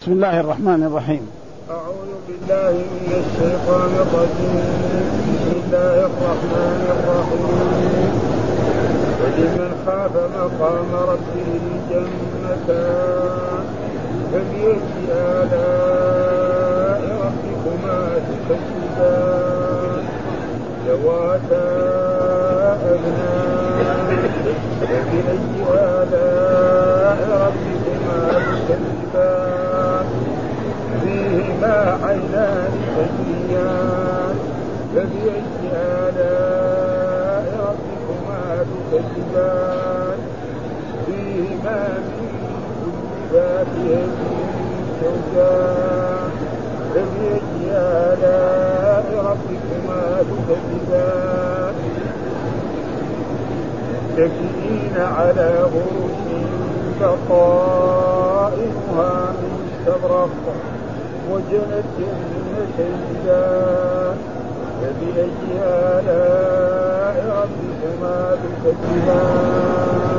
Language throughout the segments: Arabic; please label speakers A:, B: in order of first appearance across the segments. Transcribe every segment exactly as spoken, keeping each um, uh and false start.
A: بسم الله الرحمن الرحيم.
B: أعوذ بالله من الشيطان الرجيم. بسم الله الرحمن الرحيم. ولمن خاف مقام ربه جنتان فبأي آلاء ربكما تكذبان ذواتا أفنان فبأي آلاء ربكما تكذبان فيهما عينان تجريان فبأي آلاء ربكما تكذبان فيهما من كل فاكهة زوجان فبأي آلاء ربكما تكذبان متكئين على فرش بطائنها من استبرق وجنت النتيجا فبأي آلاء ربكما تكذبان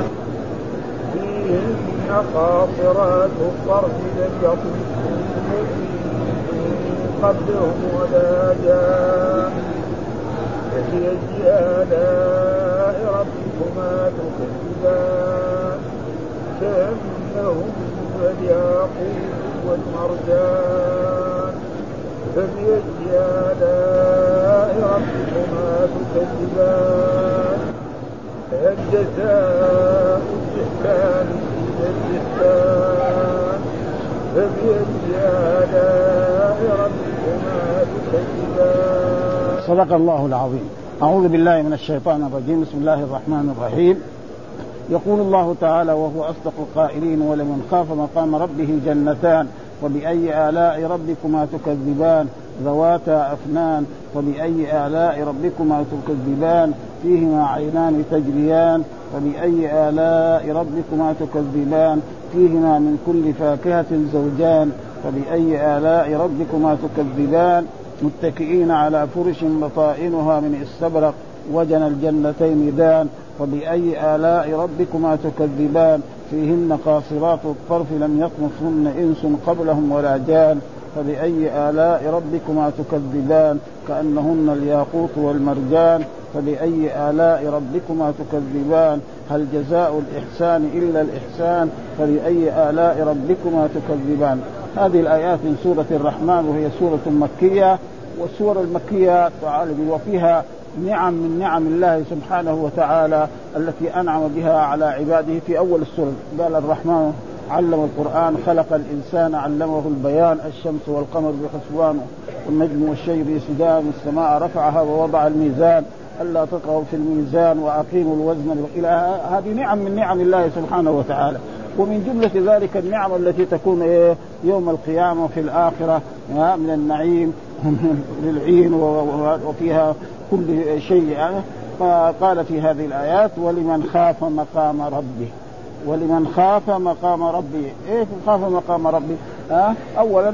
B: فيهن قاصرات الطرف لم يطمثهن قبلهم ولا جان فبأي آلاء ربكما تكذبان كأنهم الياقوت والمرجان فبأي آلاء ربكما تكذبان هل جزاء الإحسان إلا الإحسان فبأي آلاء ربكما تكذبان.
A: صدق الله العظيم. أعوذ بالله من الشيطان الرجيم. بسم الله الرحمن الرحيم. يقول الله تعالى وهو أصدق القائلين: ولمن خاف مقام ربه جنتان وبأي آلاء ربكما تكذبان ذواتا أفنان وبأي آلاء ربكما تكذبان فيهما عينان تجريان وبأي آلاء ربكما تكذبان فيهما من كل فاكهة زوجان وبأي آلاء ربكما تكذبان متكئين على فرش بطائنها من استبرق وجنى الجنتين دان وبأي آلاء ربكما تكذبان فيهن قاصرات الطرف لم يطمثهن إنس قبلهم ولا جان فبأي آلاء ربكما تكذبان كأنهن الياقوت والمرجان فبأي آلاء ربكما تكذبان هل جزاء الإحسان إلا الإحسان فبأي آلاء ربكما تكذبان. هذه الآيات من سورة الرحمن وهي سورة مكية، والسورة المكية تعالى وفيها نعم من نعم الله سبحانه وتعالى التي أنعم بها على عباده. في أول السورة قال الرحمن علم القرآن خلق الإنسان علمه البيان الشمس والقمر بحسبان والنجم والشجر يسجدان السماء رفعها ووضع الميزان ألا تطغوا في الميزان وأقيموا الوزن إلى هذه نعم من نعم الله سبحانه وتعالى. ومن جملة ذلك النعم التي تكون يوم القيامة في الآخرة من النعيم للعين وفيها كل شيء. قال في هذه الآيات: ولمن خاف مقام ربه. ولمن خاف مقام ربه، إيه خاف مقام ربه؟ أه؟ أولا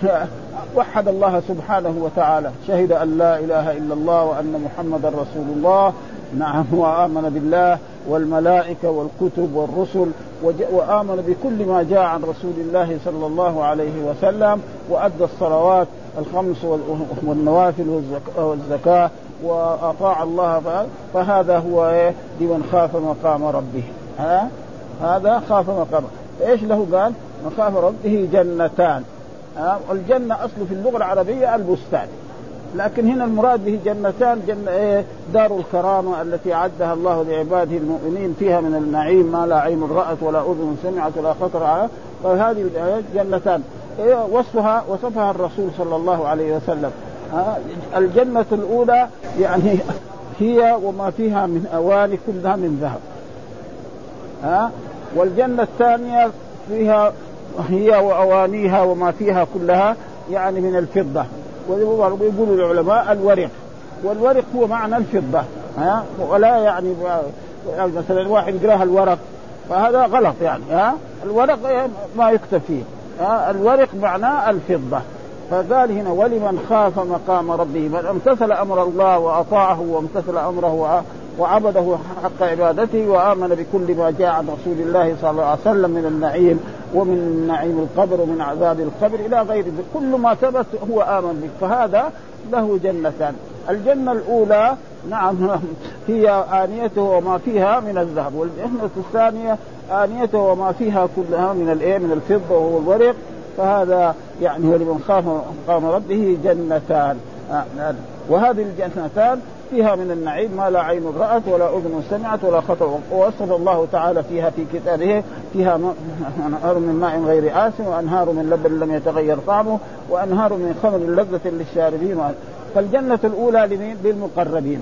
A: وحد الله سبحانه وتعالى، شهد أن لا إله إلا الله وأن محمد رسول الله، نعم، وآمن بالله والملائكة والكتب والرسل وآمن بكل ما جاء عن رسول الله صلى الله عليه وسلم، وأدى الصلوات الخمس والنوافل والزكاة وأطاع الله. فهذا هو لمن خاف مقام ربه. ها؟ هذا خاف مقام. إيش له؟ قال من خاف ربه جنتان. ها؟ الجنة أصل في اللغة العربية البستان، لكن هنا المراد به جنتان، جنة إيه؟ دار الكرامة التي أعدها الله لعباده المؤمنين فيها من النعيم ما لا عين رأت ولا أذن سمعت ولا خطر على. فهذه الآيات جنتان إيه وصفها وصفها الرسول صلى الله عليه وسلم. ها؟ الجنة الأولى يعني هي وما فيها من أواني كلها من ذهب. ها؟ والجنة الثانية فيها هي وأوانيها وما فيها كلها يعني من الفضة. ويقول العلماء الورق، والورق هو معنى الفضة. ها؟ ولا يعني مثلا واحد يقراها الورق فهذا غلط يعني. ها؟ الورق ما يكتب فيه. ها؟ الورق معناه الفضة. فقال هنا ولمن خاف مقام ربه، من امتثل أمر الله وأطاعه وامتثل أمره وعبده حق عبادته وآمن بكل ما جاء عن رسول الله صلى الله عليه وسلم من النعيم ومن نعيم القبر ومن عذاب القبر إلى غير ذلك، كل ما ثبت هو آمن به، فهذا له جنتان. الجنة الأولى نعم هي آنيته وما فيها من الذهب، والجنة الثانية آنيته وما فيها كلها من الإيه من الفضة والورق، فهذا يعني ولمن خاف مقام ربه جنتان. وهذه الجنتان فيها من النعيم ما لا عين رأت ولا أذن سمعت ولا خطر. ووصف الله تعالى فيها في كتابه فيها أنهار من ماء غير آسن وأنهار من لبن لم يتغير طعمه وأنهار من خمر لذة للشاربين. فالجنة الأولى لمين؟ للمقربين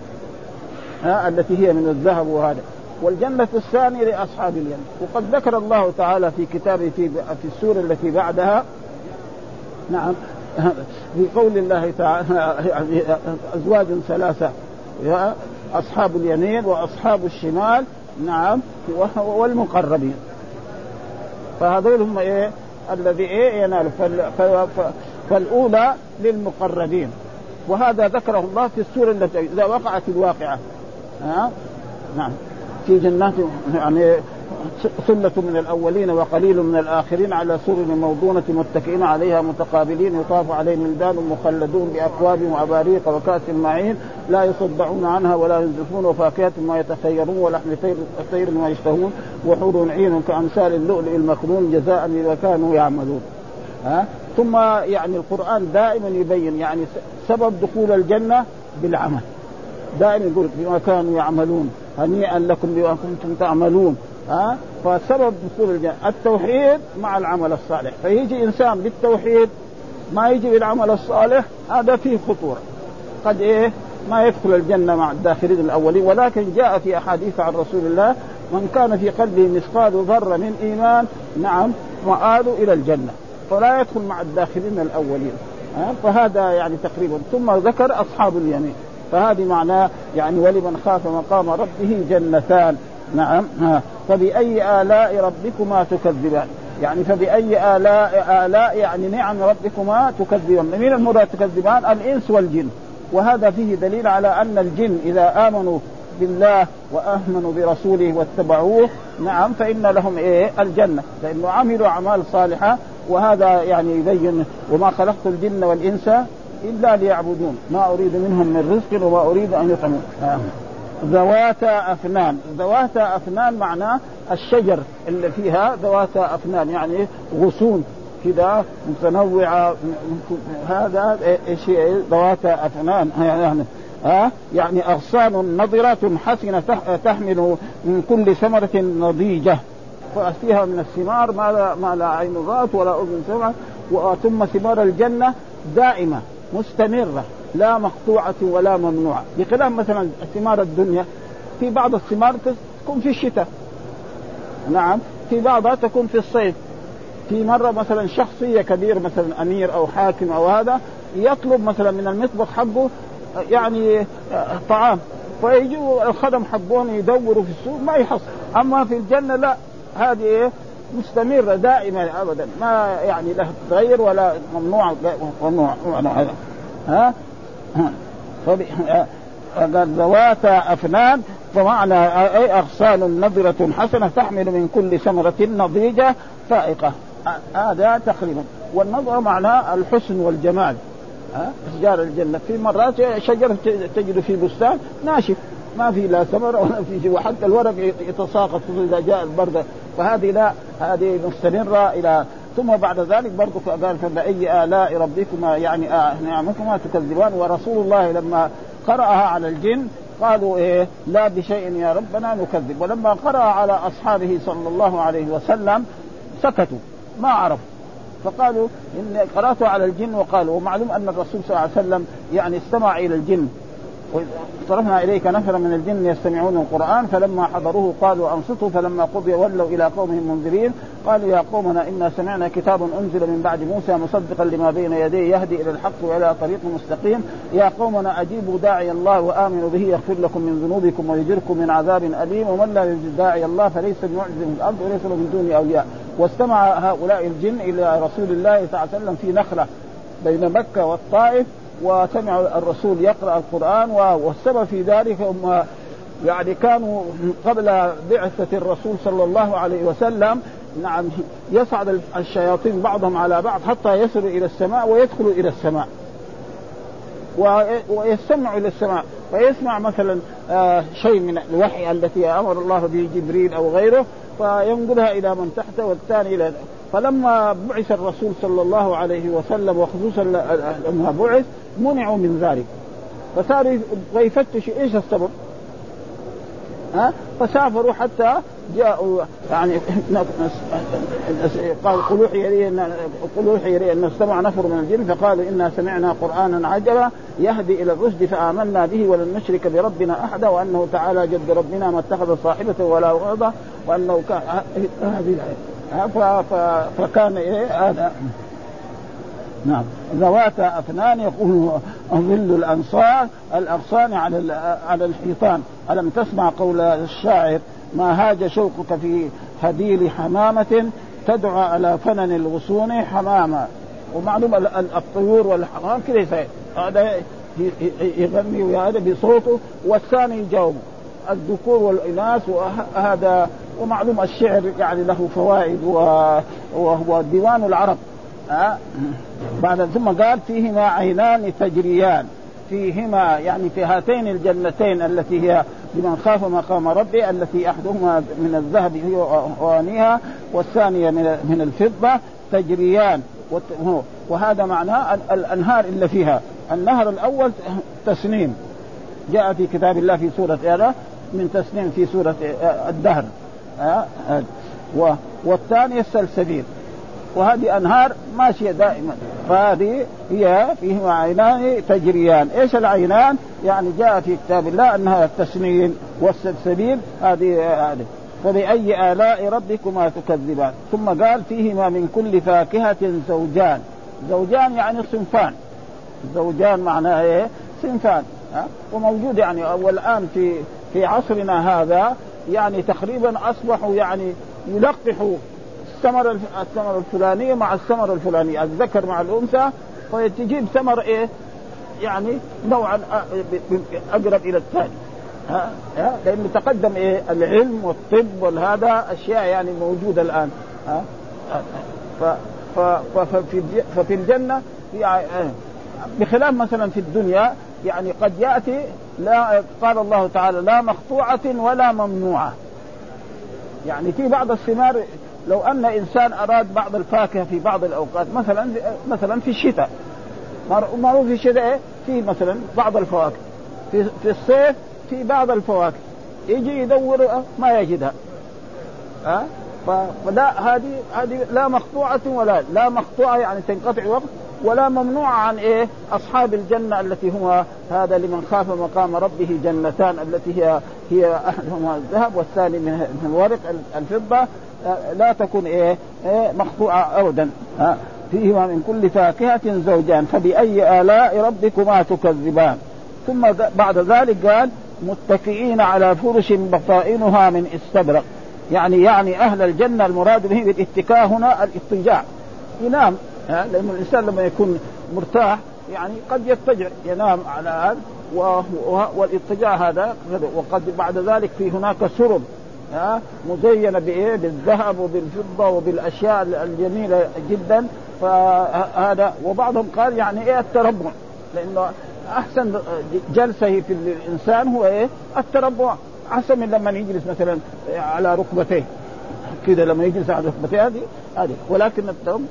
A: ها التي هي من الذهب وهذا. والجنة الثانية لأصحاب اليمين. وقد ذكر الله تعالى في كتابه في في السورة التي بعدها نعم في قول الله تعالى يعني أزواج ثلاثة أصحاب اليمين وأصحاب الشمال نعم والمقربين، فهذول هم إيه الذي إيه ينال. فالأولى للمقربين، وهذا ذكره الله في السورة التي إذا وقعت الواقعة ها نعم في جنات يعني ثلة من الأولين وقليل من الآخرين على سرر موضونة متكئين عليها متقابلين يطاف عليهم ولدان مخلدون بأكواب وأباريق وكأس معين لا يصدعون عنها ولا ينزفون وفاكهة ما يتخيرون ولحم طير ما يشتهون وحور عين كأمثال اللؤلؤ المكنون جزاء بما كانوا يعملون. ها ثم يعني القرآن دائما يبين يعني سبب دخول الجنة بالعمل، دائما يقول بما كانوا يعملون هنيئا لكم بما كنتم تعملون. ها فسبب دخول الجنة التوحيد مع العمل الصالح، فيجي إنسان بالتوحيد ما يجي بالعمل الصالح هذا فيه خطورة، قد إيه ما يدخل الجنة مع الداخلين الأولين. ولكن جاء في أحاديث عن رسول الله من كان في قلبه مثقال ذرة من إيمان نعم مآله إلى الجنة، فلا يدخل مع الداخلين الأولين. ها فهذا يعني تقريبا. ثم ذكر أصحاب اليمين، فهذه معناه يعني ولمن خاف مقام ربه جنتان نعم. ها فبأي آلاء ربكما تكذبان، يعني فبأي آلاء آلاء يعني نعم ربكما تكذبان. من المراد تكذبان؟ الإنس والجن. وهذا فيه دليل على أن الجن إذا آمنوا بالله وآمنوا برسوله واتبعوه نعم فإن لهم إيه الجنة، لأنه عملوا أعمال صالحة. وهذا يعني يبين وما خلقت الجن والإنس إلا ليعبدون ما أريد منهم من رزق وما أريد أن يطعمون. ذواتا أفنان، ذواتا أفنان معناه الشجر اللي فيها ذواتا أفنان يعني غصون كذا متنوعة، هذا شيء ذواتا أفنان يعني ها يعني أغصان نضرة حسنة تحمل من كل ثمرة نضيجة فيها من الثمار ما لا, ما لا عين رأت ولا أذن سمعت. وثم ثمار الجنة دائمة مستمرة لا مقطوعة ولا ممنوعة، بخلاف مثلا ثمار الدنيا في بعض الثمار تكون في الشتاء نعم، في بعضها تكون في الصيف. في مرة مثلا شخصية كبير مثلا أمير أو حاكم أو هذا يطلب مثلا من المطبخ حقه يعني طعام، فيجوا الخدم حقون يدوروا في السوق ما يحصل. أما في الجنة لا، هذه مستمرة دائما أبدا ما يعني له تغير ولا ممنوع ممنوع هذا ها قال ذواتا أفنان، فمعنى أي أغصان نضرة حسنة تحمل من كل ثمرة نضيجة فائقة، هذا تقريبا. والنظرة معناه الحسن والجمال. أشجار الجنة في مرات شجرة تجد في بستان ناشف ما في لا ثمر ولا في شيء، وحتى الورق يتساقط إذا جاء البرد، فهذه لا هذه مستمرة إلى. ثم بعد ذلك برضو قال فبأي آلاء ربكما يعني نعمكما تكذبان. ورسول الله لما قرأها على الجن قالوا إيه لا بشيء يا ربنا نكذب، ولما قرأ على أصحابه صلى الله عليه وسلم سكتوا ما عرفوا، فقالوا إن قرأته على الجن. وقالوا ومعلوم أن الرسول صلى الله عليه وسلم يعني استمع إلى الجن، وصرفنا إليك نفرا من الجن يستمعون القرآن فلما حضروه قالوا أنصتوا فلما قضي ولوا إلى قومهم منذرين قالوا يا قومنا إنا سمعنا كتاب أنزل من بعد موسى مصدقا لما بين يديه يهدي إلى الحق وإلى طريق مستقيم يا قومنا أجيبوا داعي الله وآمنوا به يغفر لكم من ذنوبكم ويجركم من عذاب أليم ومن لا يجد داعي الله فليس بمعجز في الأرض وليس له من دونه أولياء. واستمع هؤلاء الجن إلى رسول الله صلى الله عليه وسلم في نخلة بين مكة والطائف، وسمع الرسول يقرأ القرآن. والسبب في ذلك هم يعني كانوا قبل بعثة الرسول صلى الله عليه وسلم نعم يصعد الشياطين بعضهم على بعض حتى يصلوا إلى السماء ويدخلوا إلى السماء ويستمع إلى السماء ويسمع مثلا آه شيء من الوحي التي أمر الله به جبريل أو غيره فينقلها إلى من تحته والثاني إلى. فلما بعث الرسول صلى الله عليه وسلم وخصوصا لما بعث منعوا من ذلك فصاروا يفتشوا إيش السبب ها فسافروا حتى جاءوا يعني قال قل اوحي الي ان استمع نفر من الجن فقالوا انا سمعنا قرانا عجبا يهدي الى الرشد فآمنا به ولن نشرك بربنا احدا وانه تعالى جد ربنا ما اتخذ صاحبة ولا ولدا وانه كان هذه فكان ايه هذا نعم ذواتا أفنان يقول ظل الأنصار الأغصان على على الحيطان. ألم تسمع قول الشاعر ما هاج شوقك في هديل حمامة تدعى على فنن الغصون حمامة. ومعلوم الطيور والحمام كذا هذا يغني وهذا بصوته والثاني يجاوب الذكور والإناث وهذا. ومعلوم الشعر يعني له فوائد وهو ديوان العرب أه؟ بعد ثم قال فيهما عينان تجريان فيهما يعني في هاتين الجنتين التي هي لمن خاف مقام ربه التي أحدهما من الذهب هي وانيها والثانية من الفضة تجريان. وهذا معناه الأنهار اللي فيها. النهر الأول تسنيم جاء في كتاب الله في سورة هذا من تسنيم في سورة الدهر أه؟ والثانية السلسبيل وهذه أنهار ماشية دائما. فهذه هي فيهما عينان تجريان. إيش العينان؟ يعني جاء في كتاب الله أنها التسنيم والسلسبيل هذه هذه. فبأي آلاء ربكما تكذبان. ثم قال فيهما من كل فاكهة زوجان. زوجان يعني صنفان. زوجان معناه إيه؟ صنفان. وموجود يعني والآن في في عصرنا هذا يعني تقريبا أصبحوا يعني يلقحوا الثمر الثمر الفلانية مع الثمر الفلاني الذكر مع الأنثى فيتجيب ثمر إيه يعني نوعا أقرب إلى الثاني. ها ها لأنه تقدم إيه العلم والطب والهذا أشياء يعني موجودة الآن. ها ففي ففي الجنة يعني بخلاف مثلا في الدنيا يعني قد يأتي لا قال الله تعالى لا مقطوعة ولا ممنوعة. يعني في بعض الثمار لو أن إنسان أراد بعض الفاكهة في بعض الأوقات مثلا مثلا في الشتاء ما هو في الشتاء في مثلا بعض الفواكه في في الصيف في بعض الفواكه يجي يدور ما يجدها. ها أه؟ فلا هذه هذه لا مقطوعة ولا لا مقطوعة يعني تنقطع وقت ولا ممنوعة عن إيه أصحاب الجنة التي هو هذا لمن خاف مقام ربه جنتان التي هي هي أحدهما الذهب والثاني من الورق الفضة لا تكون إيه, إيه مقطوعة أبدا. فيهما من كل فاكهة زوجان فبأي آلاء ربكما تكذبان. ثم بعد ذلك قال متكئين على فرش بطائنها من استبرق. يعني يعني أهل الجنة المراد به بالاتكاء هنا الاضطجاع ينام. لأن الإنسان لما يكون مرتاح يعني قد يضطجع ينام على هذا والاضطجاع هذا. وقد بعد ذلك في هناك سرر مزينة بإيه بالذهب وبالفضة وبالأشياء الجميلة جدا. فهذا وبعضهم قال يعني إيه التربع لأنه أحسن جلسة في الإنسان هو إيه التربع أحسن من لما يجلس مثلا على ركبتيه كده لما يجلس على ركبتيه هذه هذه. ولكن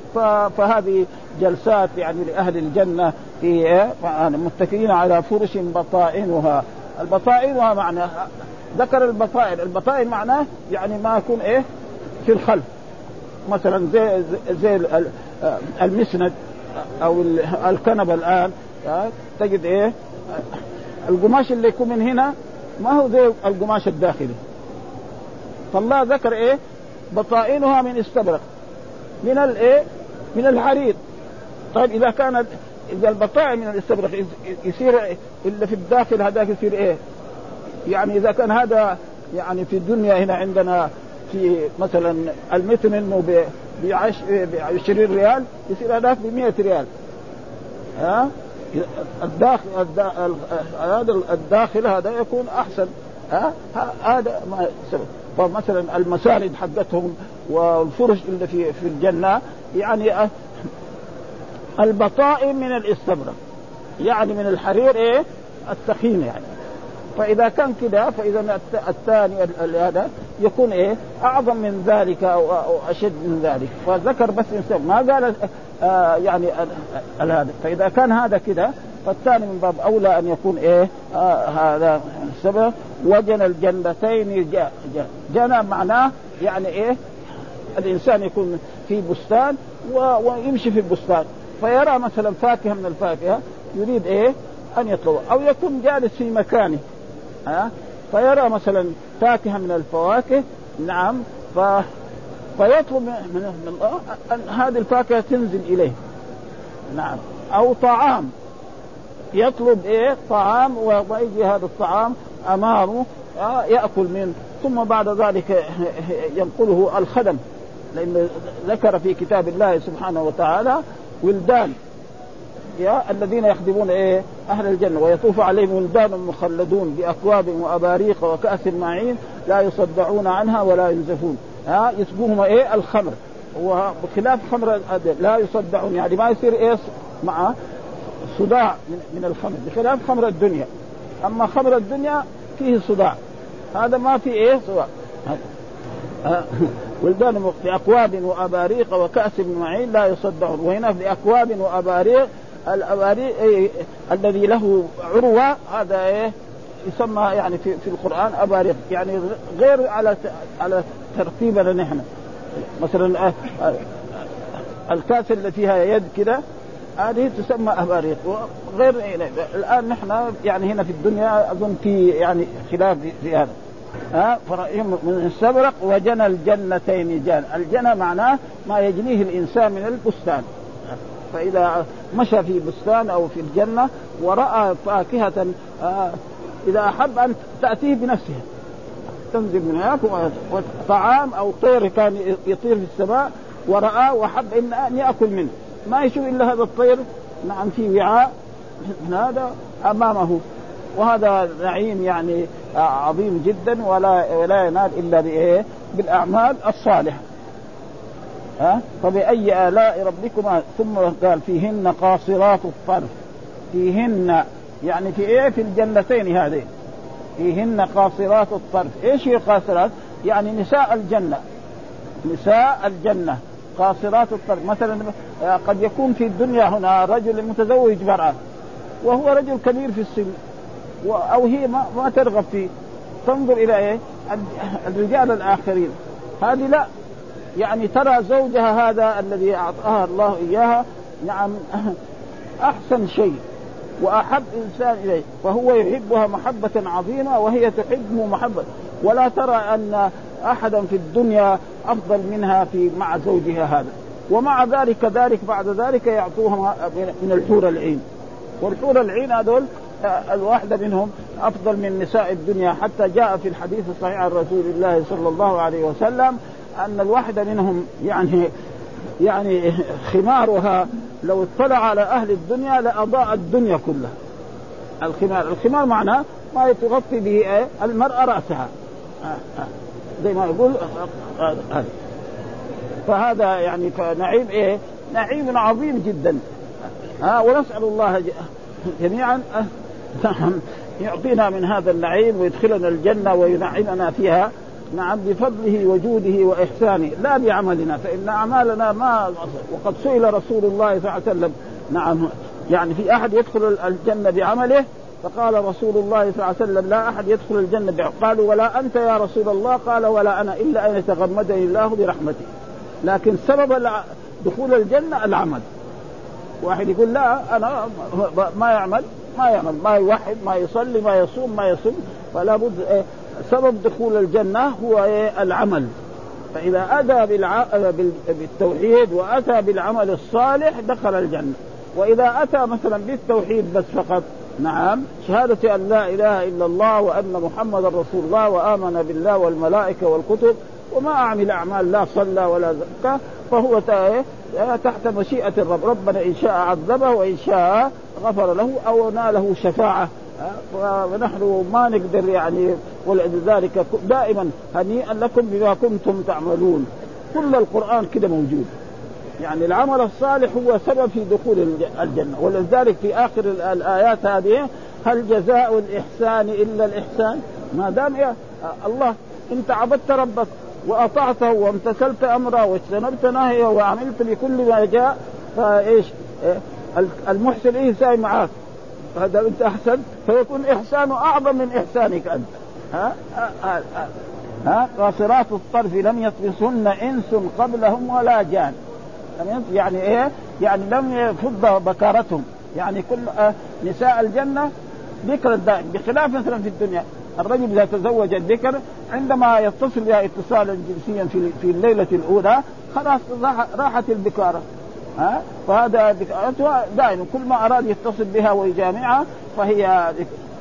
A: فهذه جلسات يعني لأهل الجنة في إيه متكئين على فرش بطائنها. البطائنها معناها ذكر البطائن. البطائن معناه يعني ما يكون إيه في الخلف مثلا زي زي المسند أو الكنبة الآن تجد إيه القماش اللي يكون من هنا ما هو زي القماش الداخلي. فالله ذكر إيه بطائنها من استبرق من الإيه من الحرير. طيب إذا كانت إذا البطائن من الاستبرق يصير اللي في الداخل هذاك يصير إيه يعني إذا كان هذا يعني في الدنيا هنا عندنا في مثلا المتر منه بعشرين ريال يصير هذاك بمئة ريال. ها الداخل هذا الداخل هذا يكون أحسن. ها هذا ما سبب. فمثلا المسارد حقتهم والفرش اللي في في الجنة يعني البطائم من الاستبرق، يعني من الحرير ايه الثخين يعني. فإذا كان كده فإذا الثاني هذا يكون إيه أعظم من ذلك أو, أو أشد من ذلك. فذكر بس إنسان ما قال آه يعني هذا. فإذا كان هذا كده فالثاني من باب أولى أن يكون إيه آه هذا السبب. وجن الجنتين جنى معناه يعني إيه الإنسان يكون في بستان ويمشي في البستان فيرى مثلا فاكهة من الفاكهة يريد إيه أن يطلب، أو يكون جالس في مكانه ها فيرى مثلا فاكهة من الفواكه نعم ف... فيطلب من, من الله أن هذه الفاكهة تنزل إليه نعم. أو طعام يطلب إيه طعام ويجي هذا الطعام أمامه يأكل منه، ثم بعد ذلك ينقله الخدم، لأن ذكر في كتاب الله سبحانه وتعالى ولدان يا الذين يخدمون إيه أهل الجنة ويطوف عليهم ولدان مخلدون بأكواب وأباريق وكأس معين لا يصدعون عنها ولا ينزفون ها يسقوهم إيه الخمر، وبخلاف خمر لا يصدعون يعني ما يصير إيه مع صداع من الخمر بخلاف خمر الدنيا. أما خمر الدنيا فيه صداع، هذا ما فيه إيه صداع. ولدان بأكواب وأباريق وكأس معين لا يصدعون، وهنا بأكواب وأباريق الأباريق إيه الذي له عروة هذا إيه يسمى يعني في في القرآن أباريق، يعني غير على على ترتيبنا نحن. مثلا الكاس اللي فيها يد كده هذه تسمى أباريق، وغير الآن نحن يعني هنا في الدنيا أظن في يعني خلاف في هذا ها. من السبرق وجنى الجنتين جان، الجنة معناه ما يجنيه الإنسان من البستان. فإذا مشى في بستان أو في الجنة ورأى فاكهة آه إذا أحب أن تأتيه بنفسها تنزل من هناك، وطعام أو طير كان يطير في السماء ورأى وحب إن أن يأكل منه ما يشوف إلا هذا الطير نعم في وعاء هذا أمامه، وهذا نعيم يعني عظيم جدا ولا ولا ينال إلا بإيه بالأعمال الصالحة ها. فبأي آلاء ربكما ثم قال فيهن قاصرات الطرف، فيهن يعني في إيه في الجنتين هذه فيهن قاصرات الطرف. إيش هي قاصرات؟ يعني نساء الجنة، نساء الجنة قاصرات الطرف. مثلا قد يكون في الدنيا هنا رجل متزوج مرأة وهو رجل كبير في السن أو هي ما, ما ترغب فيه، تنظر إلى إيه الرجال الآخرين، هذه لا يعني ترى زوجها هذا الذي أعطاها الله إياها نعم أحسن شيء وأحب إنسان إليه، فهو يحبها محبة عظيمة وهي تحبه محبة، ولا ترى أن أحدا في الدنيا أفضل منها في مع زوجها هذا. ومع ذلك كذلك بعد ذلك يعطوها من الحور العين، والحور العين هذول الواحدة منهم أفضل من نساء الدنيا، حتى جاء في الحديث الصحيح عن رسول الله صلى الله عليه وسلم أن الواحدة منهم يعني يعني خمارها لو اطلع على أهل الدنيا لأضاء الدنيا كلها. الخمار الخمار معناه ما تغطي به المرأة رأسها زي ما يقول هذا. فهذا يعني فنعيم إيه نعيم عظيم جدا ها. ونسأل الله جميعا يعطينا من هذا النعيم ويدخلنا الجنة وينعمنا فيها نعم بفضله وجوده وإحسانه لا بعملنا، فإن أعمالنا ما. وقد سئل رسول الله صلى الله عليه وسلم نعم يعني في أحد يدخل الجنة بعمله؟ فقال رسول الله صلى الله عليه وسلم لا أحد يدخل الجنة بعمله. قالوا ولا أنت يا رسول الله؟ قال ولا أنا إلا أن يتغمدني الله برحمته. لكن سبب دخول الجنة العمل. واحد يقول لا أنا ما يعمل ما يعمل ما يوحد ما يصلي ما يصوم ما يصوم، فلا بد سبب دخول الجنة هو العمل. فإذا أتى بالتوحيد وأتى بالعمل الصالح دخل الجنة. وإذا أتى مثلا بالتوحيد بس فقط نعم شهادة أن لا إله إلا الله وأن محمد رسول الله وآمن بالله والملائكة والكتب وما أعمل أعمال لا صلى ولا زكى، فهو تحت مشيئة الرب. ربنا إن شاء عذبه وإن شاء غفر له أو ناله شفاعة. ونحن ما نقدر يعني، ولذلك دائما هنيئا لكم بما كنتم تعملون. كل القرآن كده موجود. يعني العمل الصالح هو سبب في دخول الجنة. ولذلك في آخر الآيات هذه هل جزاء الإحسان إلا الإحسان؟ ما دام يا الله أنت عبدت ربك وأطعته وامتثلت أمره واجتنبت نهيه وعملت بكل ما جاء، فإيش المحسن إيه ساي معاك؟ هذا أنت أحسن، فيكون إحسانه أعظم من إحسانك أنت. ها ها ها قاصرات الطرف لم يطمثن إنس قبلهم ولا جان. يعني إيه؟ يعني لم يفض بكارتهم. يعني كل نساء الجنة ذكر الدائم، بخلاف مثلا في الدنيا الرجل إذا تزوج الذكر عندما يتصل بها اتصالا جنسيا في في الليلة الأولى خلاص راحت البكارة. ها فهذا بكارتها دائما، كل ما أراد يتصل بها ويجامعها فهي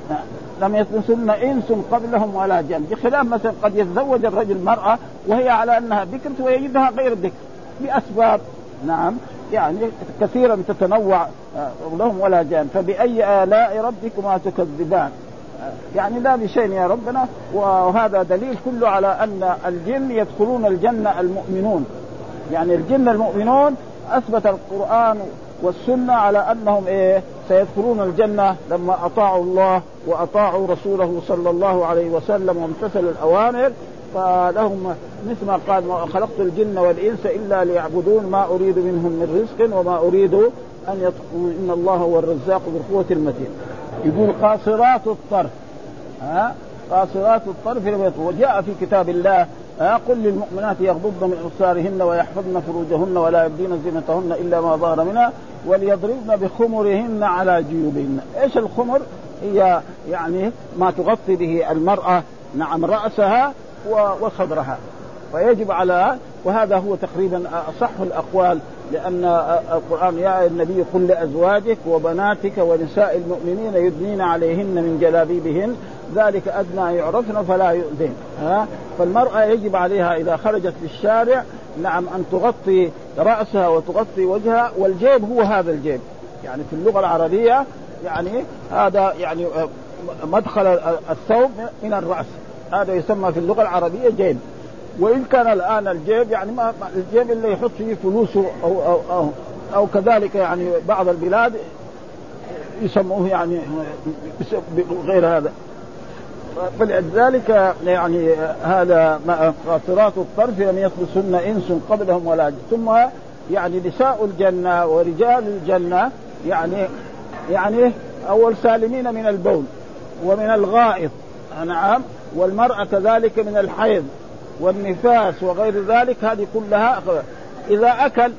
A: لم يطمثن إنس قبلهم ولا جان. بخلاف مثلا قد يتزوج الرجل مرأة وهي على أنها ذكر ويجدها غير ذكر بأسباب نعم يعني كثيرا تتنوع لهم ولا جان. فبأي آلاء ربكما تكذبان؟ يعني لا بشيء يا ربنا. وهذا دليل كله على أن الجن يدخلون الجنة المؤمنون. يعني الجن المؤمنون أثبت القرآن والسنة على أنهم إيه سيدخلون الجنة لما أطاعوا الله وأطاعوا رسوله صلى الله عليه وسلم وامتثلوا الأوامر. فلهم مثل ما قال ما خلقت الجن والإنس إلا ليعبدون ما أريد منهم من رزق وما أريد أن يطعمون إن الله هو الرزاق ذو القوة المتين. يقول قاصرات الطرف. ها قاصرات الطرف. وجاء في كتاب الله قل للمؤمنات يغضضن من أبصارهن ويحفظن فروجهن ولا يبدين زينتهن إلا ما ظهر منها وليضربن بخمرهن على جيوبهن. إيش الخمر؟ هي يعني ما تغطي به المرأة نعم رأسها وصدرها. فيجب على وهذا هو تقريبا أصح الأقوال، لأن القرآن يا النبي قل لأزواجك وبناتك ونساء المؤمنين يدنين عليهن من جلابيبهن ذلك أدنى يعرفن فلا يؤذين. ها فالمرأة يجب عليها إذا خرجت في الشارع نعم أن تغطي رأسها وتغطي وجهها. والجيب هو هذا الجيب، يعني في اللغة العربية يعني هذا يعني مدخل الثوب من الرأس، هذا يسمى في اللغة العربية جيب. وإن كان الآن الجيب يعني ما الجيب اللي يحط فيه فلوسه أو أو أو, أو كذلك يعني بعض البلاد يسموه يعني غير هذا. فلذلك يعني هذا قاصرات الطرف لم يطمثن إنس قبلهم ولا جن. ثم يعني نساء الجنة ورجال الجنة يعني يعني أول سالمين من البول ومن الغائط نعم، والمرأة كذلك من الحيض والنفاس وغير ذلك. هذه كلها إذا أكل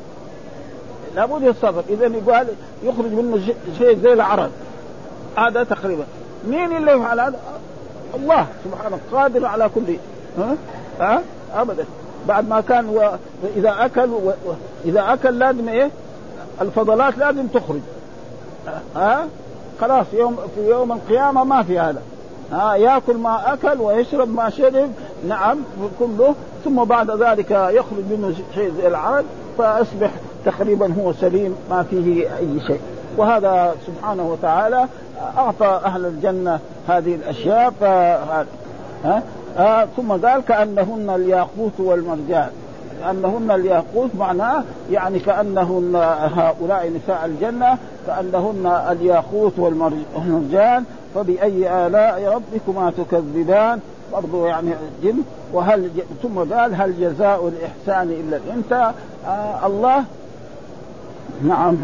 A: لابد الصبر، إذا يقال يخرج منه شيء زي العرض هذا تقريبا. مين اللي يفعل هذا؟ الله سبحانه قادر على كل ها ها أبدا. بعد ما كان وإذا أكل وإذا أكل لازم إيه الفضلات لازم تخرج. ها خلاص يوم في يوم القيامة ما في هذا. ها يأكل ما أكل ويشرب ما شرب نعم كله، ثم بعد ذلك يخرج منه شيء زي العرض فأصبح تقريبا هو سليم ما فيه أي شيء. وهذا سبحانه وتعالى أعطى أهل الجنة هذه الأشياء. ف... ها؟ آه ثم قال كأنهن الياقوت والمرجان. كأنهن الياقوت معناه يعني كأنهن هؤلاء نساء الجنة كأنهن الياقوت والمرجان. فبأي آلاء ربكما تكذبان؟ برضو يعني جن. وهل ج... ثم قال هل جزاء الإحسان إلا أنت؟ آه الله نعم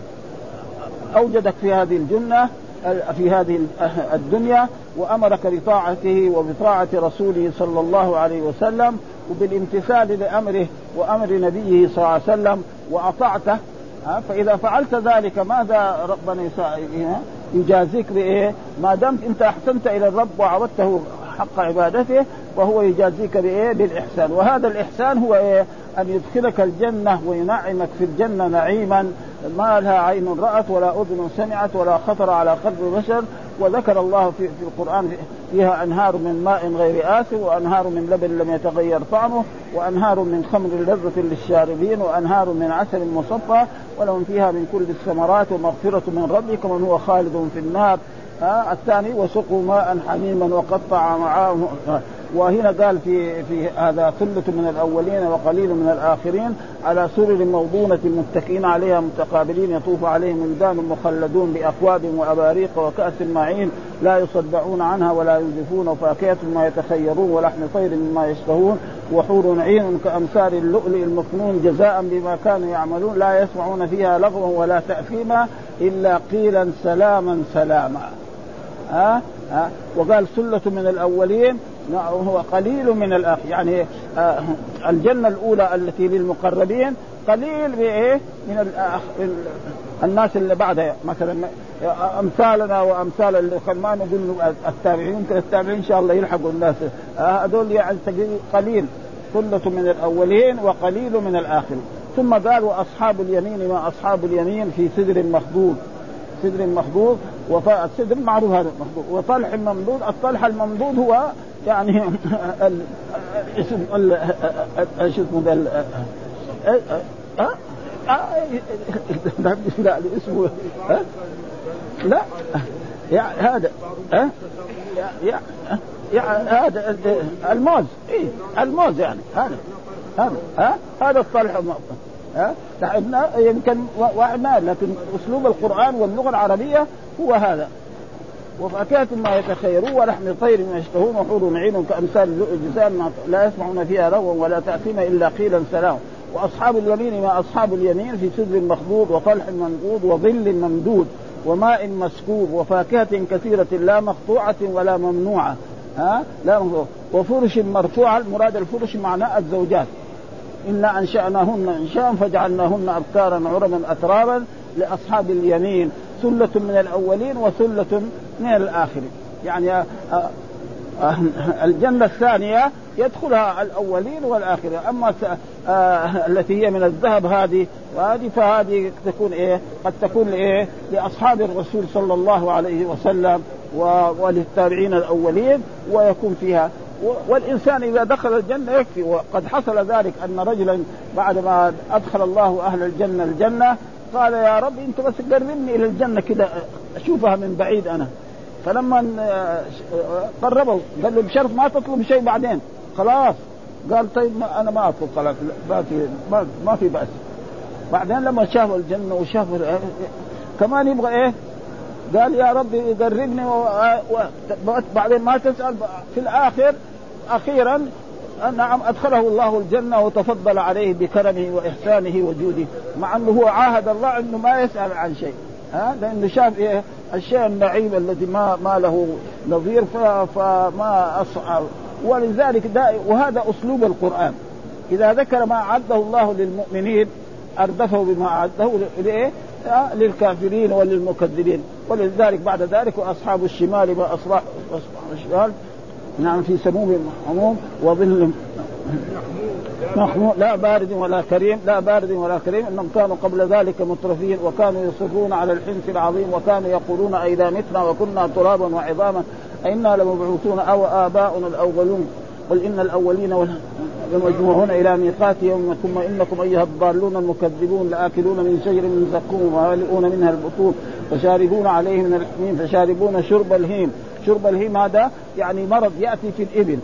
A: أوجدك في هذه الجنة في هذه الدنيا وأمرك بطاعته وبطاعة رسوله صلى الله عليه وسلم وبالامتثال لأمره وأمر نبيه صلى الله عليه وسلم وأطعته. فإذا فعلت ذلك ماذا ربنا يجازيك بإيه؟ ما دمت أنت أحسنت إلى الرب وعبدته حق عبادته وهو يجازيك بإيه؟ بالإحسان. وهذا الإحسان هو إيه؟ أن يدخلك الجنة وينعمك في الجنة نعيما ما لها عين رأت ولا أذن سمعت ولا خطر على قلب بشر. وذكر الله في, في القرآن فيها أنهار من ماء غير آسن وأنهار من لبن لم يتغير طعمه وأنهار من خمر لذة للشاربين وأنهار من عسل مصفى ولهم فيها من كل الثمرات ومغفرة من ربكم ومن هو خالد في النار آه الثاني وسقوا ماء حميما وقطع معاهم. وهنا قال في في هذا ثلة من الأولين وقليل من الآخرين على سرر موضونة متكئين عليها متقابلين يطوف عليهم ولدان مخلدون بأكواب وأباريق وكأس معين لا يصدعون عنها ولا ينزفون وفاكهة ما يتخيرون ولحم طير مما يشتهون وحور عين كأمثال اللؤلؤ المكنون جزاء بما كانوا يعملون لا يسمعون فيها لغوا ولا تأثيما إلا قيلا سلاما سلاما. ها ها وقال سلة من الأولين هو قليل من الآخر، يعني آه الجنة الأولى التي للمقربين قليل بإيه من الآخر الناس اللي بعدها، مثلا أمثالنا وأمثال اللي ما نقول التابعين، يمكن التابعين إن شاء الله يلحقوا الناس هذول، يعني قليل سلة من الأولين وقليل من الآخر. ثم قال وأصحاب اليمين ما أصحاب اليمين في سدر مخضود، سدر مخضود والسدر معروف هذا مخضود وطلح ممدود. الطلح الممدود هو يعني اسم اسمه ذا لا اسمه لا هذا هذا الموز، إيه الموز يعني هذا هذا ها هذا الطلح ها يمكن واحد ما، لكن أسلوب القرآن واللغة العربية هو هذا. وفاكهة ما يتخيرون ولحم طير ما يشتهون وحور عين كأمثال جزاء لا يسمعون فيها لغوا ولا تأثيما إلا قيلا سلام. وأصحاب اليمين ما أصحاب اليمين في سدر مخضود وطلح منضود وظل ممدود وماء مسكوب وفاكهة كثيرة لا مقطوعة ولا ممنوعة ها لا مقطوعة وفرش مرفوعة. المراد الفرش معناه الزوجات، إنا أنشأناهن إنشاء فجعلناهن أبكارا عربا أترابا لأصحاب اليمين ثلة من الأولين وثلة من الآخرين. يعني الجنة الثانية يدخلها الأولين والآخرين، أما التي هي من الذهب هذه وهذه فهذه تكون إيه قد تكون إيه لأصحاب الرسول صلى الله عليه وسلم وللتابعين الأولين ويكون فيها. والإنسان إذا دخل الجنة يكفي. وقد حصل ذلك أن رجلا بعد ما أدخل الله أهل الجنة الجنة قال يا رب أنت بس قربني إلى الجنة كده أشوفها من بعيد أنا. فلما قربوا قال له بشرط ما تطلب شيء بعدين خلاص. قال طيب أنا ما أطلب خلاص ما في ما في بأس. بعدين لما شافوا الجنة وشافوا كمان يبغى إيه قال يا رب قربني وبعدين ما تسأل في الآخر أخيرا نعم أدخله الله الجنة وتفضل عليه بكرمه وإحسانه وجوده، مع أنه هو عاهد الله أنه ما يسأل عن شيء ها لأنه شاف إيه الشيء النعيم الذي ما ما له نظير فما أصعب. ولذلك دائما وهذا أسلوب القرآن، إذا ذكر ما أعده الله للمؤمنين أردفه بما أعده لإيه للكافرين وللمكذبين. ولذلك بعد ذلك وأصحاب الشمال ما أصبح الشمال نعم في سموم حموم وظل مخموم لا بارد ولا كريم لا بارد ولا كريم إنهم كانوا قبل ذلك مترفين وكانوا يصرون على الحنث العظيم وكانوا يقولون أئذا متنا وكنا ترابا وعظاما أئنا لمبعوثون أو آباؤنا الأولون قل إن الأولين لمجموعون إلى ميقات يوم ثم إنكم أيها الضالون المكذبون لآكلون من شجر من زقوم ومالئون منها البطون فشاربون عليه من الحميم فشاربون شرب الهيم. شرب الهيم هذا يعني مرض يأتي في الإبل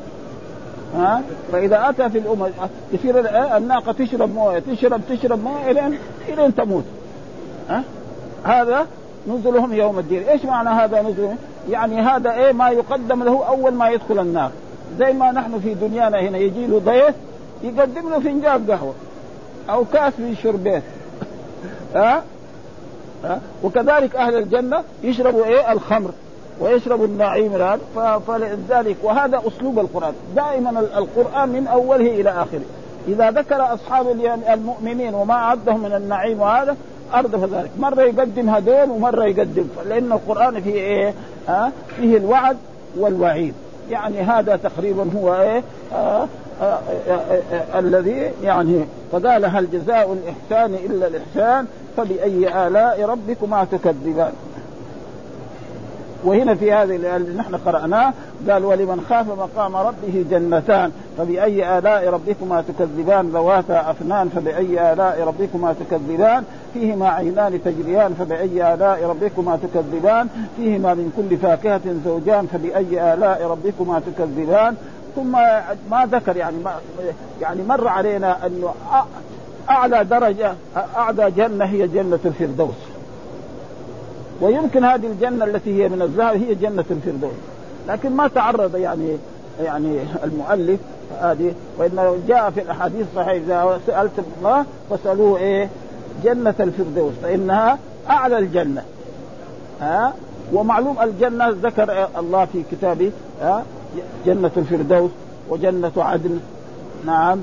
A: ها فإذا أتى في الأمة يصير الناقة تشرب موية تشرب تشرب موية إلين إلين تموت. ها هذا نزلهم يوم الدين. إيش معنى هذا نزلهم؟ يعني هذا إيه ما يقدم له أول ما يدخل النار. زي ما نحن في دنيانا هنا يجي له ضيف يقدم له فنجان قهوة أو كاس من شربات ها ها وكذلك أهل الجنة يشربوا إيه الخمر ويشربوا النعيم هذا. فلذلك وهذا أسلوب القرآن دائما القرآن من أوله إلى آخره إذا ذكر أصحاب المؤمنين وما عدهم من النعيم وهذا أردف ذلك مرة يقدم هذول ومرة يقدم لأن القرآن فيه إيه ها فيه الوعد والوعيد. يعني هذا تقريبا هو إيه آه آه آه آه الذي يعني فقال هل جزاء الإحسان إلا الإحسان فبأي آلاء ربكما تكذبان. وهنا في هذه اللي نحن قرأناه قال ولمن خاف مقام ربه جنتان فبأي آلاء ربكما تكذبان ذواتا أفنان فبأي آلاء ربكما تكذبان فيهما عينان تجريان فبأي آلاء ربكما تكذبان فيهما من كل فاكهة زوجان فبأي آلاء ربكما تكذبان. ثم ما ذكر يعني ما يعني مر علينا أنه أعلى درجة أعلى جنة هي جنة الفردوس، ويمكن هذه الجنة التي هي من الذهب هي جنة الفردوس، لكن ما تعرض يعني يعني المؤلف هذه. وإنه جاء في الأحاديث صحيح إذا سألتم الله فسألوه إيه جنة الفردوس فإنها أعلى الجنة. ها ومعلوم الجنة ذكر الله في كتابه ها جنة الفردوس وجنة عدن، نعم،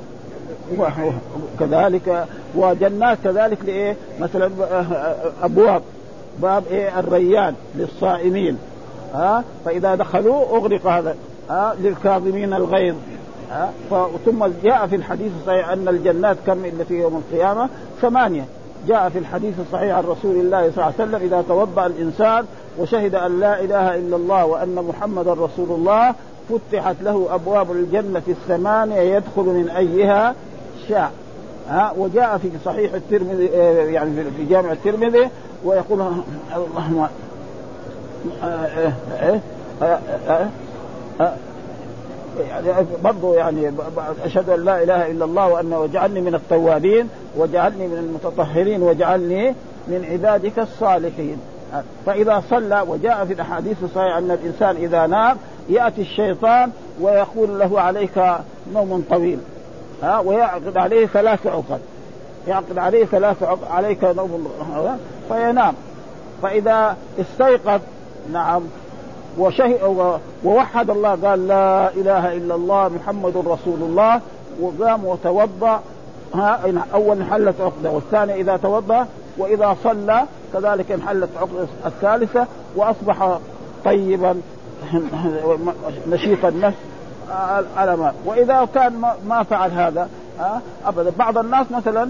A: وكذلك وجنات كذلك لإيه مثلا أبواب باب إيه الريان للصائمين، ها فإذا دخلوا أغرق هذا، ها للكاظمين الغيظ، ها ثم جاء في الحديث الصحيح أن الجنات كم اللي في يوم القيامة ثمانية. جاء في الحديث الصحيح عن رسول الله صلى الله عليه وسلم إذا توضأ الإنسان وشهد أن لا إله إلا الله وأن محمد رسول الله فتحت له أبواب الجنة الثمانية يدخل من أيها شاء. ها وجاء في صحيح الترمذي يعني في جامع الترمذي ويقول اللهم يعني برضو يعني أشهد أن لا إله إلا الله وأنه وجعلني من التوابين وجعلني من المتطهرين وجعلني من عبادك الصالحين. فإذا صلى وجاء في الأحاديث الصحيحة أن الإنسان إذا نام يأتي الشيطان ويقول له عليك نوم طويل، ها ويعقد عليه ثلاث عقد يعقد عليه ثلاث عقد عليك نوم فينام. فإذا استيقظ نعم وشهد ووحد الله قال لا إله إلا الله محمد رسول الله وقام وتوضأ، ها أول انحلت عقدة، والثاني إذا توضأ وإذا صلى كذلك انحلت عقدة الثالثة وأصبح طيبا نشيط النفس على ما. وإذا كان ما فعل هذا أبدا، بعض الناس مثلا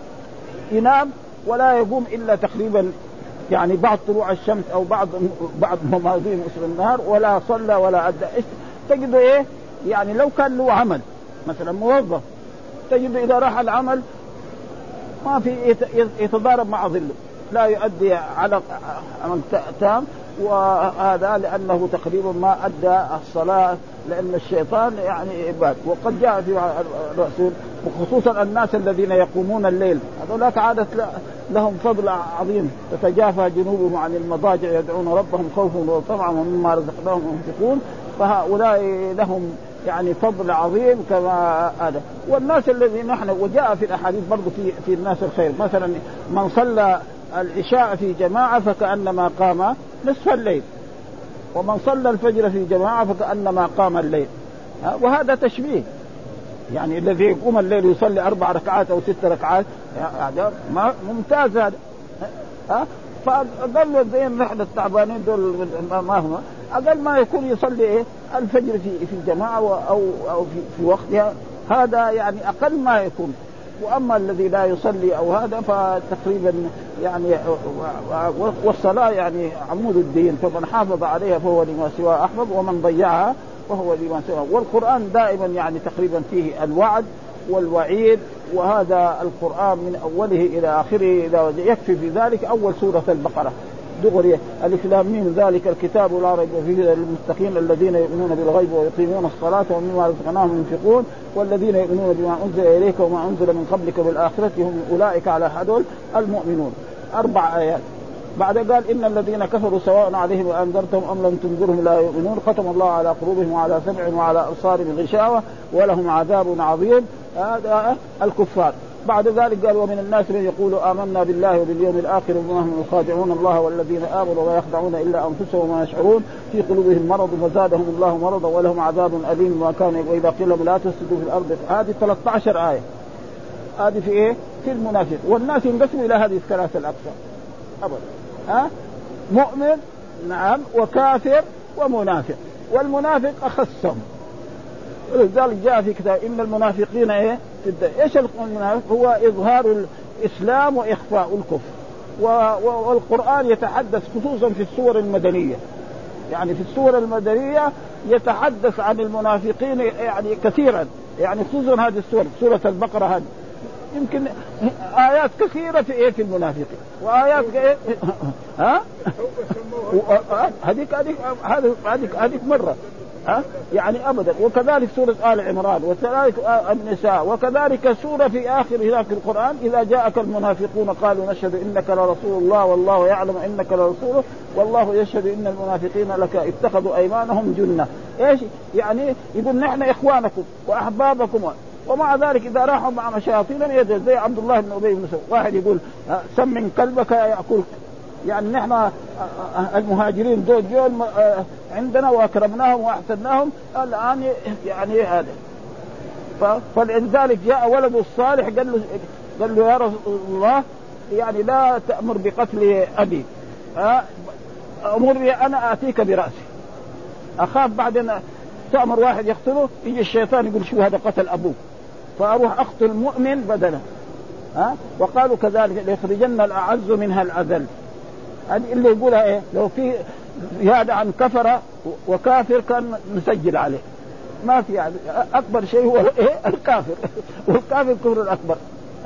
A: ينام ولا يقوم إلا تقريبا يعني بعد طلوع الشمس أو بعض بعض مواضيع نصف النهار ولا صلى ولا أدى، تجد إيه يعني لو كان له عمل مثلا موظف تجد إذا راح العمل ما في يتضارب مع ظله، لا يؤدي على عمل تام، وهذا لأنه تقريبا ما أدى الصلاة لأن الشيطان يعني عباد. وقد جاء في الرسول وخصوصا الناس الذين يقومون الليل هذولاك عادة لهم فضل عظيم، تتجافى جنوبهم عن المضاجع يدعون ربهم خوفا وطمعا ومما رزقناهم ينفقون، فهؤلاء لهم يعني فضل عظيم كما هذا. والناس الذين نحن وجاء في الأحاديث برضو في في الناس الخير مثلا من صلى العشاء في جماعة فكأنما قام نصف الليل، ومن صلى الفجر في جماعة فكأنما قام الليل. وهذا تشبيه يعني الذي يقوم الليل يصلي أربع ركعات أو ست ركعات هذا ممتاز هذا. ها فأقل زي نحن التعبانين دول ما هم أقل ما يكون يصلي إيه الفجر في في جماعة أو أو في, في وقتها، هذا يعني أقل ما يكون. وأما الذي لا يصلي أو هذا فتقريبا يعني والصلاة يعني عمود الدين، فمن حافظ عليها فهو لما سواه أحفظ ومن ضيعها فهو لما سواه. والقرآن دائما يعني تقريبا فيه الوعد والوعيد، وهذا القرآن من أوله إلى آخره إذا يكفي في ذلك أول سورة البقرة دغري ألف لام ميم ذلك الكتاب لا ريب فيه للمتقين الذين يؤمنون بالغيب ويقيمون الصلاة ومما رزقناهم ينفقون والذين يؤمنون بما أنزل إليك وما أنزل من قبلك بالآخرة هم أولئك على هدول المؤمنون. أربع آيات. بعد قال إن الذين كفروا سواء عليهم وأنذرتهم أم لم تنذرهم لا يؤمنون ختم الله على قلوبهم وعلى سمعهم وعلى أبصارهم غشاوة ولهم عذاب عظيم. هذا الكفار. بعد ذلك قال ومن الناس من يقول آمنا بالله وباليوم الآخر وما هم يخادعون الله والذين آمنوا ولا يخدعون إلا أنفسهم وما يشعرون في قلوبهم مرض وزادهم الله مرضا ولهم عذاب أليم ما كان وإذا قيل لهم لا تفسدوا في الأرض. هذه ثلاثة عشر آية. هذه في إيه؟ في المنافق. والناس ينقسموا إلى هذه الثلاثة الأقسام أبدا. ها مؤمن نعم وكافر ومنافق، والمنافق أخصهم. ولذلك جاء في كتاب إن المنافقين إيه إيش المنافق؟ هو إظهار الإسلام وإخفاء الكفر. والقرآن يتحدث خصوصا في السور المدنية، يعني في السور المدنية يتحدث عن المنافقين يعني كثيرا، يعني خصوصا هذه السورة سورة البقرة هذه يمكن آيات كثيرة في إيه في المنافقين وآيات إيه ها هذيك هذيك هذيك هذيك مرة ها يعني أبدا. وكذلك سورة آل عمران وكذلك النساء وكذلك سورة في آخر هناك القرآن إذا جاءك المنافقون قالوا نشهد إنك لرسول الله والله يعلم إنك لرسوله والله يشهد إن المنافقين لك اتخذوا أيمانهم جنة. إيش يعني يقول نحن إخوانكم وأحبابكم، ومع ذلك إذا راحوا مع مشايطين يدل زي عبد الله بن أبي بن سلول واحد يقول سمن كلبك يأكلك، يعني نحن المهاجرين دول جول عندنا وأكرمناهم وأحسناهم الآن يعني هذا. فلذلك جاء ولد الصالح قال له قال له يا رسول الله يعني لا تأمر بقتل أبي، أمرني أنا آتيك برأسي، أخاف بعدين تأمر واحد يقتله يجي الشيطان يقول شو هذا قتل أبوك فأروح أقتل مؤمن بدله. ها وقالوا كذلك ليخرجن الأعز منها الأذل. هذه اللي يقولها إيه لو في زيادة عن كفر وكافر كان نسجل عليه، ما في يعني أكبر شيء هو إيه الكافر والكافر كفر الأكبر.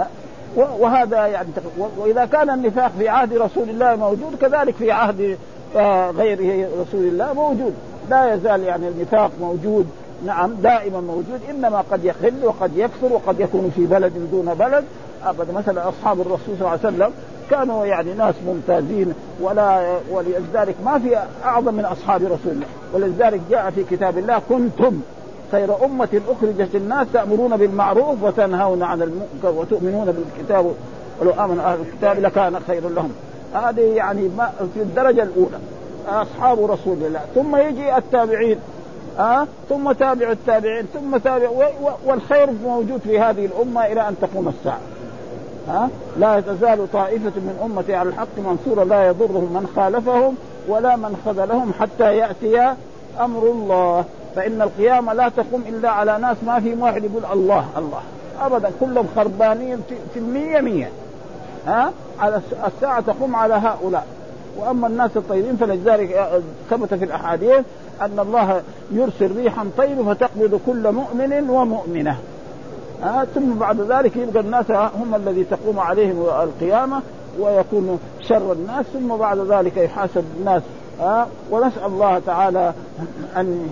A: وهذا يعني وإذا كان النفاق في عهد رسول الله موجود كذلك في عهد غيره رسول الله موجود، لا يزال يعني النفاق موجود نعم دائما موجود، إنما قد يخل وقد يكثر وقد يكون في بلد دون بلد أبدا. مثلا أصحاب الرسول صلى الله عليه وسلم كانوا يعني ناس ممتازين ولا ولذلك ما في أعظم من أصحاب رسول الله، ولذلك جاء في كتاب الله كنتم خير أمة أخرجت الناس تأمرون بالمعروف وتنهون عن المنكر وتؤمنون بالكتاب ولو آمن أهل الكتاب لكان خير لهم. هذه يعني ما في الدرجة الأولى أصحاب رسول الله، ثم يجي التابعين آه ثم تابع التابعين ثم تابع والخير موجود في هذه الأمة إلى أن تقوم الساعة. ها لا تزال طائفة من أمتي على الحق منصورة لا يضرهم من خالفهم ولا من خذلهم حتى يأتي أمر الله. فإن القيامة لا تقوم إلا على ناس ما في واحد يقول الله الله أبدا، كلهم خربانين في المية مية. ها على الساعة تقوم على هؤلاء. وأما الناس الطيبين فلذلك ثبت في الأحاديث أن الله يرسل ريحا طيب فتقبض كل مؤمن ومؤمنة. آه ثم بعد ذلك يبقى الناس هم الذي تقوم عليهم القيامة ويكون شر الناس، ثم بعد ذلك يحاسب الناس. آه ونسأل الله تعالى أن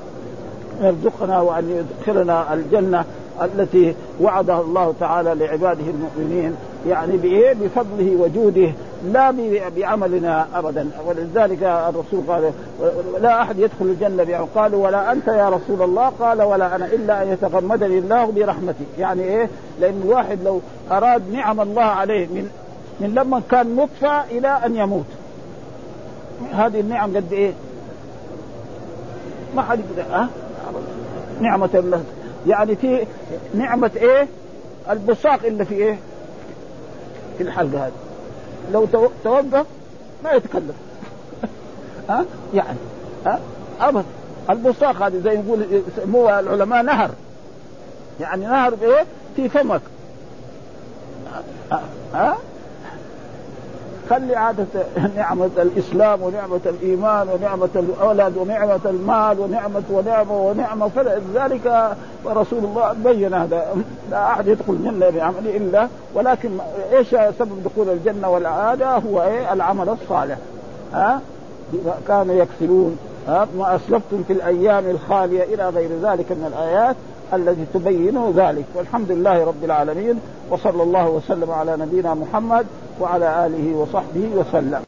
A: يرزقنا وأن يدخلنا الجنة التي وعدها الله تعالى لعباده المؤمنين، يعني بإيه بفضله وجوده لا بعملنا أبدا. ولذلك الرسول قال لا أحد يدخل الجنة بعمل، قالوا ولا أنت يا رسول الله؟ قال ولا أنا إلا أن يتغمدني الله برحمته. يعني إيه؟ لأن الواحد لو أراد نعم الله عليه من من لما كان نطفة إلى أن يموت، هذه النعم قد إيه؟ ما حد يقدر أه؟ نعمة الله يعني في نعمة إيه البصاق اللي في إيه في الحلقة هذه لو توقف ما يتكلم ها يعني ها أبدا. البصاق هذه زي يقول يسموها العلماء نهر، يعني نهر إيه في فمك. ها, ها؟ خلي عادة نعمة الإسلام ونعمة الإيمان ونعمة الأولاد ونعمة المال ونعمة ونعمة ونعمة. فلذلك رسول الله بين هذا لا أحد يدخل الجنة بعمله إلا، ولكن إيش سبب دخول الجنة والعادة هو إيه العمل الصالح. ها كانوا يكسلون ما أسلفتم في الأيام الخالية إلى غير ذلك من الآيات التي تبين ذلك. والحمد لله رب العالمين، وصلى الله وسلم على نبينا محمد وعلى آله وصحبه وسلم.